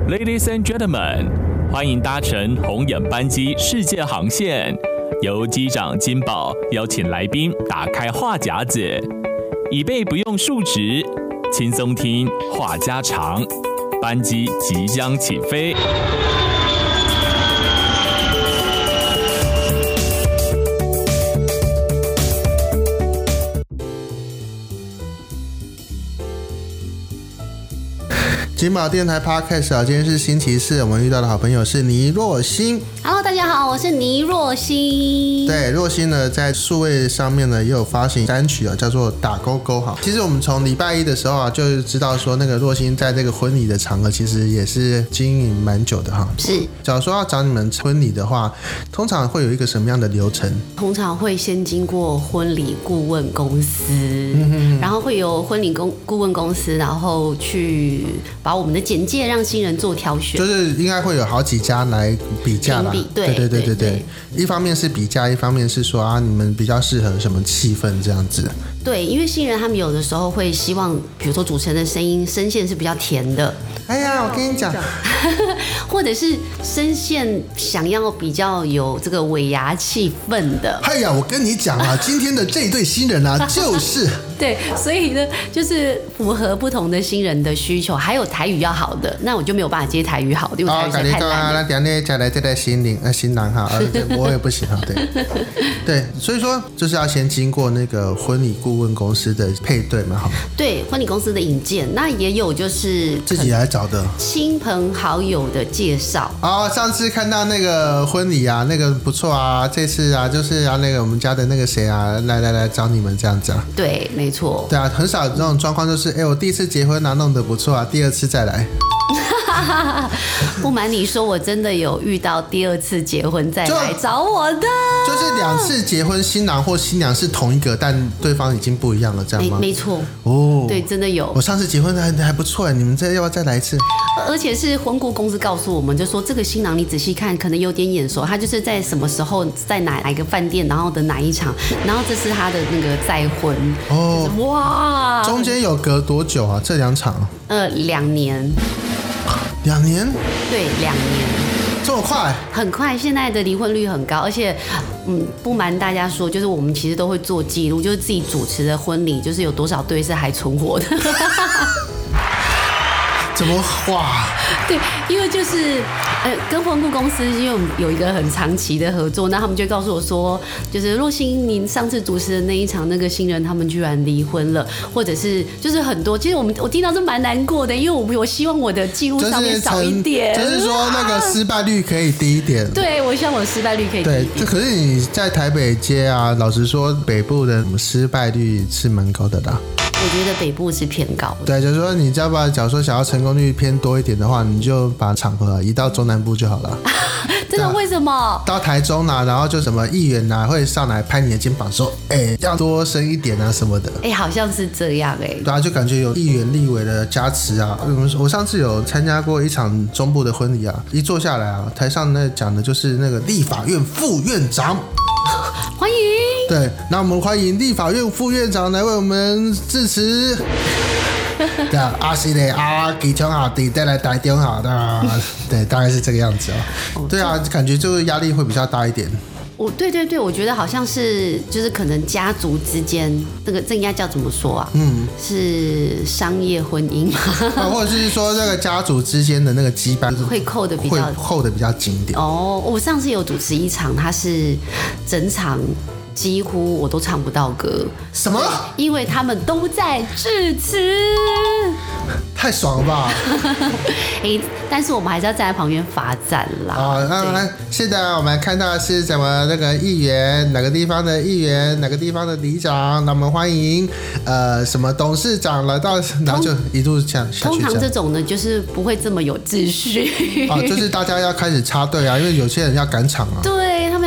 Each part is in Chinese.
Ladies and gentlemen， 欢迎搭乘红眼班机世界航线，由机长金宝邀请来宾打开话匣子，以备不用数值，轻松听话家常。班机即将起飞。 金宝电台 Podcast 啊，今天是星期四，我们遇到的好朋友是倪若欣。 Hello， 大家好，我是倪若欣。 对，若欣呢在数位上面呢也有发行单曲啊，叫做打勾勾哈。其实我们从礼拜一的时候啊，就知道说那个若欣在这个婚礼的场合，其实也是经营蛮久的哈。 是。 假如说要找你们婚礼的话，通常会有一个什么样的流程？ 通常会先经过婚礼顾问公司，然后会有婚礼顾问公司，然后去把我们的简介让新人做挑选， 就是应该会有好几家来比价啦。对，一方面是比价，一方面是说啊，你们比较适合什么气氛这样子。 对，因为新人他们有的时候会希望，比如说主持人的声线是比较甜的。 哎呀，我跟你讲， 或者是声线想要比较有这个尾牙气氛的。 哎呀，我跟你讲啊，今天的这一对新人啊，就是对，所以呢，就是符合不同的新人的需求，还有台语要好的，那我就没有办法接台语好的，因为台语太烂了。 等下再来这代新郎哈，我也不行哈，对，所以说就是要先经过那个婚礼顾问公司的配对嘛，哈。对， 婚礼公司的引荐，那也有就是自己来找的亲朋好友的介绍。 哦，上次看到那个婚礼啊，那个不错啊，这次啊就是啊那个我们家的那个谁啊，来找你们这样子啊。 对，没错。 对啊，很少有这种状况，就是我第一次结婚啊弄得不错啊，第二次再来。 不瞒你说，我真的有遇到第二次结婚再来找我的， 就是两次结婚，新郎或新娘是同一个，但对方已经不一样了，这样吗？ 没错。 哦， 对，真的有。 我上次结婚还不错，你们要不要再来一次？ 而且是婚顾公司告诉我们，就说这个新郎你仔细看，可能有点眼熟，他就是在什么时候在哪一个饭店，然后的哪一场，然后这是他的那个再婚。哦，就是、哇！ 中间有隔多久啊？这两场 ？2年。 2年？ 对，2年。 这么快？ 很快，现在的离婚率很高，而且，不瞒大家说，就是我们其实都会做记录，就是自己主持的婚礼，就是有多少对是还存活的。 怎么哇？ 对，因为就是跟婚顾公司，因为我们有一个很长期的合作，那他们就告诉我说，就是若欣，您上次主持的那一场，那个新人他们居然离婚了，或者是就是很多，其实我听到是蛮难过的，因为我希望我的记录上面少一点， 就是说那个失败率可以低一点。 对，我希望我的失败率可以低一点。 对，可是你在台北街啊，老实说，北部的失败率是蛮高的啦。 我觉得北部是偏高的。 对，就是说你假如说想要成功率偏多一点的话，你就把场合移到中南部就好了。 真的？为什么？ 到台中啊，然后就什么议员啊会上来拍你的肩膀说，要多生一点啊什么的。 好像是这样对啊，就感觉有议员立委的加持啊。我上次有参加过一场中部的婚礼啊，一坐下来啊，台上那讲的就是那个立法院副院长。 欢迎。 对，那我们欢迎立法院副院长来为我们致辞。对啊，是的啊，基隆好地带来台中好的，对，大概是这个样子哦。对啊，感觉就是压力会比较大一点。 对，我觉得好像是就是可能家族之间这应该叫怎么说啊？是商业婚姻吗？ 或者是说那个家族之间的那个羁绊会扣的比较紧一点。哦，我上次有主持一场，它是整场几乎我都唱不到歌。 什么？ 因为他们都在致辞。 太爽了吧！ 但是我们还是要站在旁边罚站啦。 那现在我们看到的是什么？那个议员，哪个地方的议员，哪个地方的里长？那我们欢迎什么董事长来到，然后就一路这样下去。 通常这种呢，就是不会这么有秩序。 就是大家要开始插队啊，因为有些人要赶场啊。 对，他们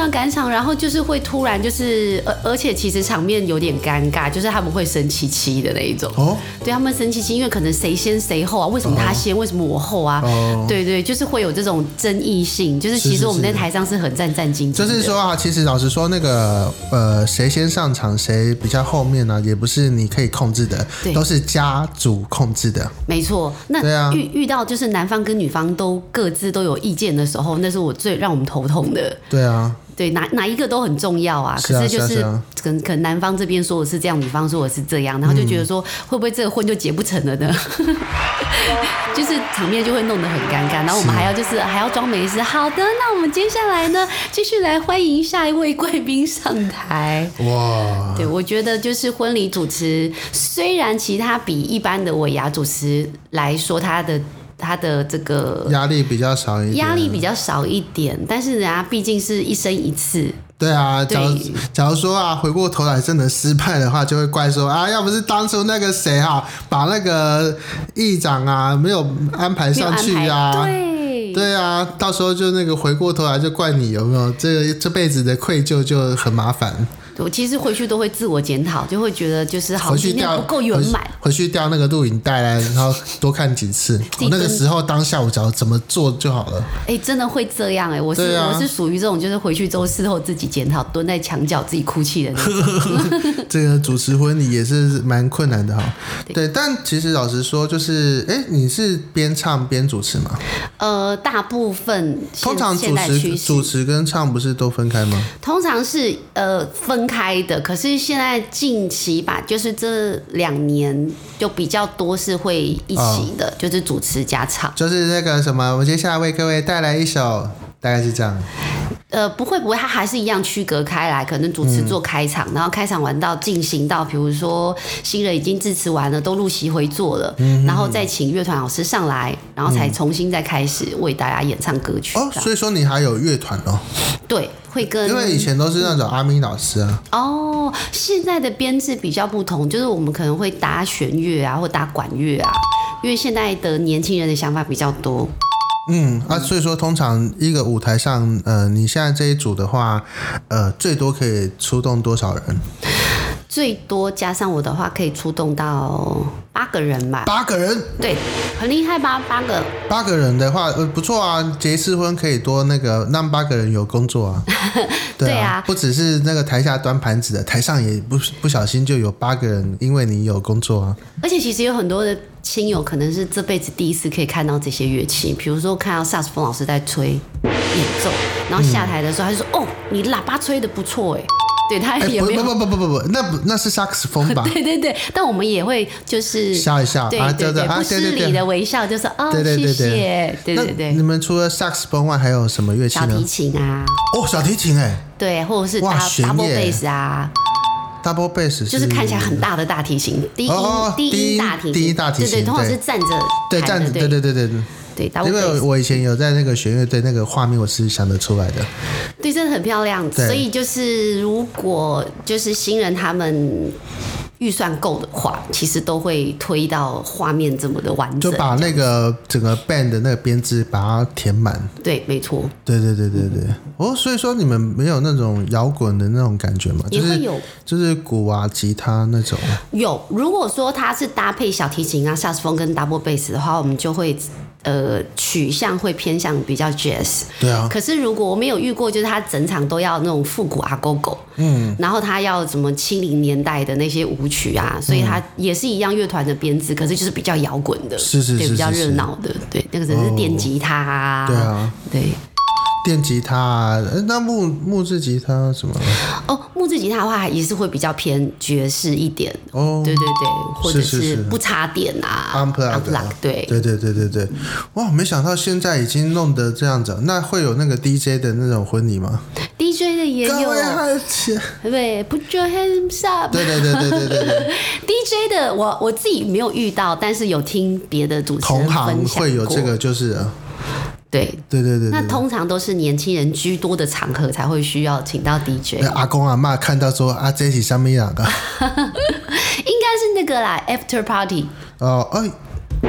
要赶场，然后就是会突然就是而且其实场面有点尴尬，就是他们会生气气的那一种。哦，对，他们生气气，因为可能谁先谁后啊？为什么他先？为什么我后啊？对对，就是会有这种争议性。就是其实我们在台上是很战兢兢的。 就是说啊，其实老实说，那个谁先上场，谁比较后面呢，也不是你可以控制的，都是家族控制的。 没错，那遇到就是男方跟女方都各自都有意见的时候，那是我最让我们头痛的。 对啊。 对，哪一个都很重要啊。可是就是可能男方这边说我是这样，女方说我是这样，然后就觉得说会不会这个婚就结不成了呢？就是场面就会弄得很尴尬，然后我们还要装没事。好的，那我们接下来呢，继续来欢迎下一位贵宾上台。哇，对，我觉得就是婚礼主持，虽然其他比一般的尾牙主持来说，他的这个压力比较少一点，但是人家毕竟是一生一次。 对啊，假如说啊，回过头来真的失败的话，就会怪说啊，要不是当初那个谁啊，把那个议长啊没有安排上去啊，对啊，到时候就那个回过头来就怪你，有没有？这辈子的愧疚就很麻烦。 我其实回去都会自我检讨，就会觉得就是好像不够圆满。 回去调那个录影带来，然后多看几次。那个时候当下我只要怎么做就好了。 真的会这样我是属于这种就是回去之后事后自己检讨，蹲在墙角自己哭泣的那种。 这个主持婚礼也是蛮困难的哈。对，但其实老实说，就是你是边唱边主持吗？ 大部分通常主持跟唱不是都分开吗？ 通常是分开的，可是现在近期吧，就是这2年就比较多是会一起的，就是主持加唱。 就是那个什么，我接下来为各位带来一首，大概是这样。 不会，它还是一样区隔开来，可能主持做开场，然后开场完到进行到，比如说新人已经致辞完了，都入席回座了，然后再请乐团老师上来，然后才重新再开始为大家演唱歌曲。 所以说你还有乐团哦？ 对，会跟因为以前都是那种阿咪老师啊。 现在的编制比较不同，就是我们可能会搭弦乐啊，或搭管乐啊，因为现在的年轻人的想法比较多。 所以说通常一个舞台上，你现在这一组的话，最多可以出动多少人？ 最多加上我的话，可以出动到8个人吧。 8个人？ 对，很厉害吧？8个人的话，不错啊。结一次婚可以多那个让8个人有工作啊。对啊，不只是那个台下端盘子的，台上也不小心就有8个人，因为你有工作啊。 而且其实有很多的亲友可能是这辈子第一次可以看到这些乐器，比如说看到萨克斯风老师在吹演奏，然后下台的时候他就说：“哦，你喇叭吹得不错哎。”对，他也没有不，那是萨克斯风吧？ 对，但我们也会就是笑一笑， 对，不失礼的微笑，就是谢谢，对。 你们除了萨克斯风外，还有什么乐器呢？ 小提琴啊， 小提琴对，或者是 double bass 啊。 double bass 就是看起来很大的大提琴，低音大提琴，对，通常是站着弹的，对， 因为我以前有在那个弦乐队，那个画面我是想得出来的。 对，真的很漂亮。所以就是如果就是新人他们预算够的话，其实都会推到画面这么的完整， 就把那个整个 band 的那个编制把它填满。 对，没错。 对。所以说你们没有那种摇滚的那种感觉吗？ 也会有， 就是鼓啊、吉他那种。 有，如果说它是搭配小提琴啊、萨克斯风跟 double bass 的话，我们就会取向会偏向比较 jazz。对啊。可是如果我没有遇过，就是他整场都要那种复古阿狗狗，然后他要什么70年代的那些舞曲啊，所以他也是一样乐团的编制，可是就是比较摇滚的，对，比较热闹的，对，那个只是电吉他啊， 对啊， 对。 电吉他啊，那木质吉他什么？ 木质吉他的话也是会比较偏爵士一点。对，或者是不插电啊 ，unplug， 对。哇，没想到现在已经弄得这样子，那会有那个 DJ 的那种婚礼吗 ？DJ 的也有，对 ，Put your hands up。对。DJ 的我自己没有遇到，但是有听别的主持人分享过， 同行会有这个就是。 对，那通常都是年轻人居多的场合才会需要请到 DJ。 阿公阿嬷看到说这是什么样的？ 应该是那个啦 ，After Party。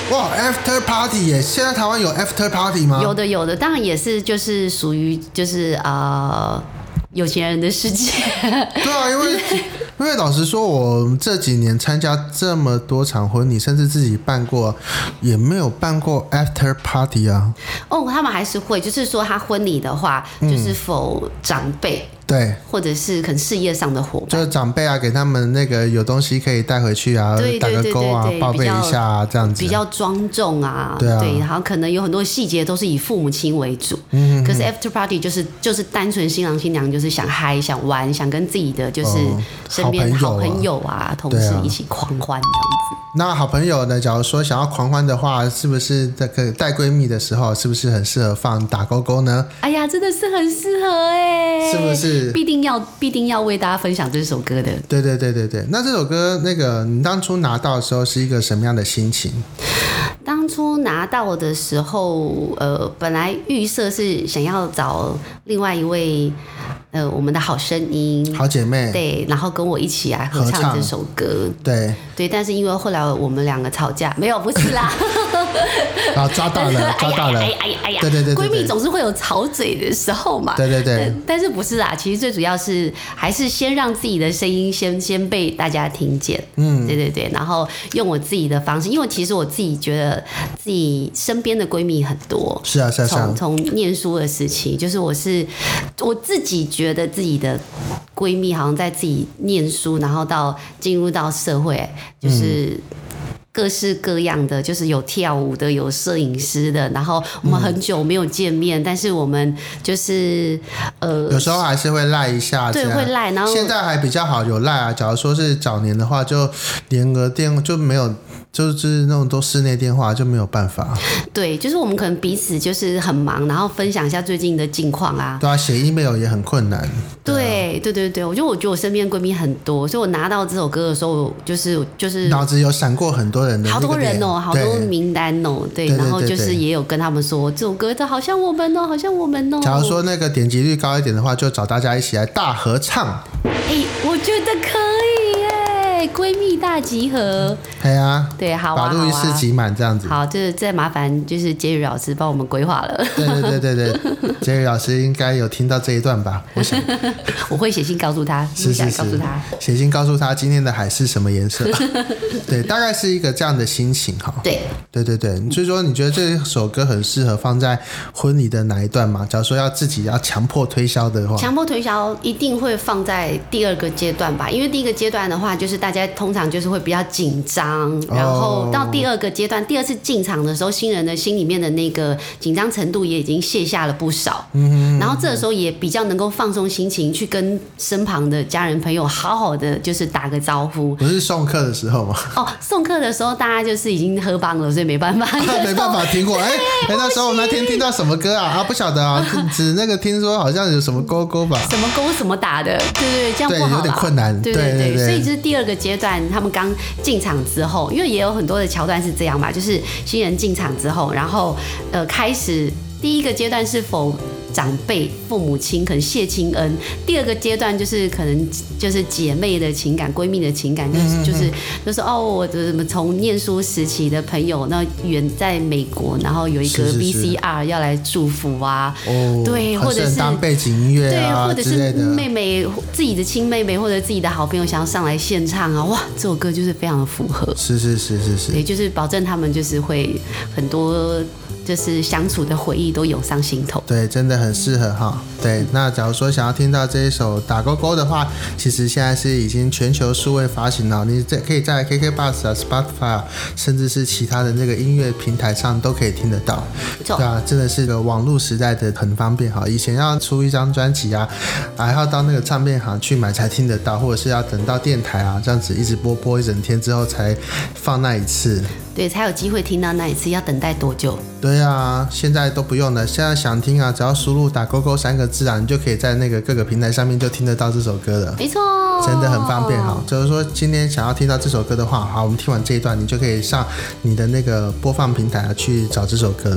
哇 ，After Party 耶！现在台湾有 After Party 吗？ 有的，当然也是就是属于就是有钱人的世界。 对啊，因为老实说，我这几年参加这么多场婚礼，甚至自己办过，也没有办过 After Party 啊。 哦，他们还是会，就是说他婚礼的话，就是否长辈。 对， 或者是可能事业上的伙伴， 就是长辈啊，给他们那个有东西可以带回去啊，打个勾啊，报备一下啊，这样子比较庄重啊， 对啊， 对，然后可能有很多细节都是以父母亲为主，可是 after party 就是单纯新郎新娘就是想嗨想玩，想跟自己的就是身边好朋友啊、同事一起狂欢这样子。 那好朋友呢？假如说想要狂欢的话，是不是这个带闺蜜的时候，是不是很适合放打勾勾呢？ 哎呀，真的是很适合哎， 是不是？ 必定要为大家分享这首歌的。 对。那这首歌，那个你当初拿到的时候是一个什么样的心情？ 当初拿到的时候，本来预设是想要找另外一位。我们的好声音， 好姐妹， 对，然后跟我一起来合唱这首歌， 对， 但是因为后来我们两个吵架，没有，不是啦， 然后抓到了， 哎呀， 对， 闺蜜总是会有吵嘴的时候嘛， 对， 但是不是啦，其实最主要是还是先让自己的声音先被大家听见，对，然后用我自己的方式，因为其实我自己觉得自己身边的闺蜜很多， 是啊， 从念书的时期，就是我自己觉得自己的闺蜜好像在自己念书，然后到进入到社会，就是各式各样的，就是有跳舞的，有摄影师的，然后我们很久没有见面，但是我们就是有时候还是会赖一下， 对，会赖，然后现在还比较好有赖啊。假如说是早年的话，就连个电就没有。就是那种都室内电话就没有办法。 对，就是我们可能彼此就是很忙，然后分享一下最近的近况啊。 对啊，写 email 也很困难。 对，我觉得我身边闺蜜很多，所以我拿到这首歌的时候，就是脑子有闪过很多人的， 好多人哦，好多名单哦，对，然后就是也有跟他们说这首歌的好像我们哦，好像我们哦。 假如说那个点击率高一点的话，就找大家一起来大合唱。 我觉得可以耶，闺蜜大集合。 对， 好啊， 把录音室挤满这样子。 好，就是再麻烦就是杰宇老师帮我们规划了。 对，杰宇老师应该有听到这一段吧？我想我会写信告诉他， 是告诉他， 写信告诉他今天的海是什么颜色。对，大概是一个这样的心情哈。对，所以说你觉得这首歌很适合放在婚礼的哪一段吗？假如说要自己要强迫推销的话， 强迫推销一定会放在第二个阶段吧，因为第一个阶段的话，就是大家通常就是会比较紧张。然后到第二个阶段，第二次进场的时候，新人的心里面的那个紧张程度也已经卸下了不少。然后这个时候也比较能够放松心情，去跟身旁的家人朋友好好的就是打个招呼。 不是送客的时候吗？ 送客的时候大家就是已经喝帮了，所以没办法， 没办法听过。那时候我那天听到什么歌啊？不晓得啊，只那个听说好像有什么勾勾吧， 什么勾什么打的，对，这样不好啦， 有点困难。对， 所以这是第二个阶段，他们刚进场之后，因为也有很多的桥段是这样嘛，就是新人进场之后，然后开始第一个阶段是否长辈父母亲可能谢亲恩，第二个阶段就是可能就是姐妹的情感、闺蜜的情感，就是我的什么从念书时期的朋友，那远在美国，然后有一个 VCR 要来祝福啊，对，或者是当背景音乐啊， 对，或者是妹妹自己的亲妹妹或者自己的好朋友想要上来献唱啊，哇，这首歌就是非常的符合， 是， 对，就是保证他们就是会很多。就是相处的回忆都涌上心头， 对，真的很适合哈。对，那假如说想要听到这一首打勾勾的话，其实现在是已经全球数位发行了，你可以在 KKBOX 啊、Spotify 啊，甚至是其他的那个音乐平台上都可以听得到。对啊，真的是个网络时代的很方便哈。以前要出一张专辑啊，还要到那个唱片行去买才听得到，或者是要等到电台啊这样子一直播一整天之后才放那一次。 对，才有机会听到那一次，要等待多久？ 对啊，现在都不用了，现在想听啊，只要输入打勾勾3个字啊，你就可以在那个各个平台上面就听得到这首歌了。 没错， 真的很方便哈。就是说今天想要听到这首歌的话，好，我们听完这一段，你就可以上你的那个播放平台去找这首歌了。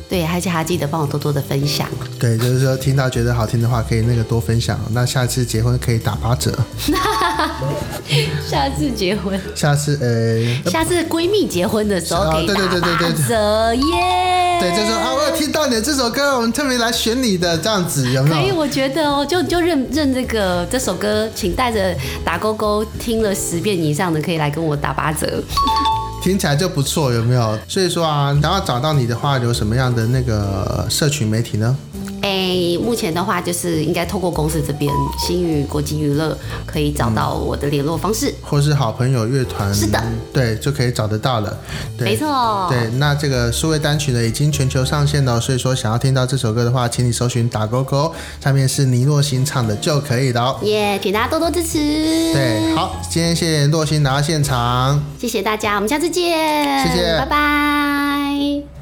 对，而且还记得帮我多多的分享。 对，就是说听到觉得好听的话，可以那个多分享。那下次结婚可以打8折。 下次结婚， 下次下次闺蜜结婚的时候可以打8折耶。 对，就说啊，我有听到你的这首歌，我们特别来选你的这样子，有没有？ 可以，我觉得哦，就认这首歌，请带着打勾勾听了10遍以上的，可以来跟我打8折。 听起来就不错，有没有？所以说啊，想要找到你的话，有什么样的那个社群媒体呢？ 目前的话就是应该透过公司这边星宇国际娱乐可以找到我的联络方式， 或是好朋友乐团， 是的， 对，就可以找得到了。对， 没错。 对，那这个数位单曲呢已经全球上线了，所以说想要听到这首歌的话，请你搜寻打勾勾，上面是倪若欣唱的就可以了哦。 耶，请大家多多支持。 对，好，今天谢谢若欣来到现场， 谢谢大家，我们下次见。 谢谢， 拜拜。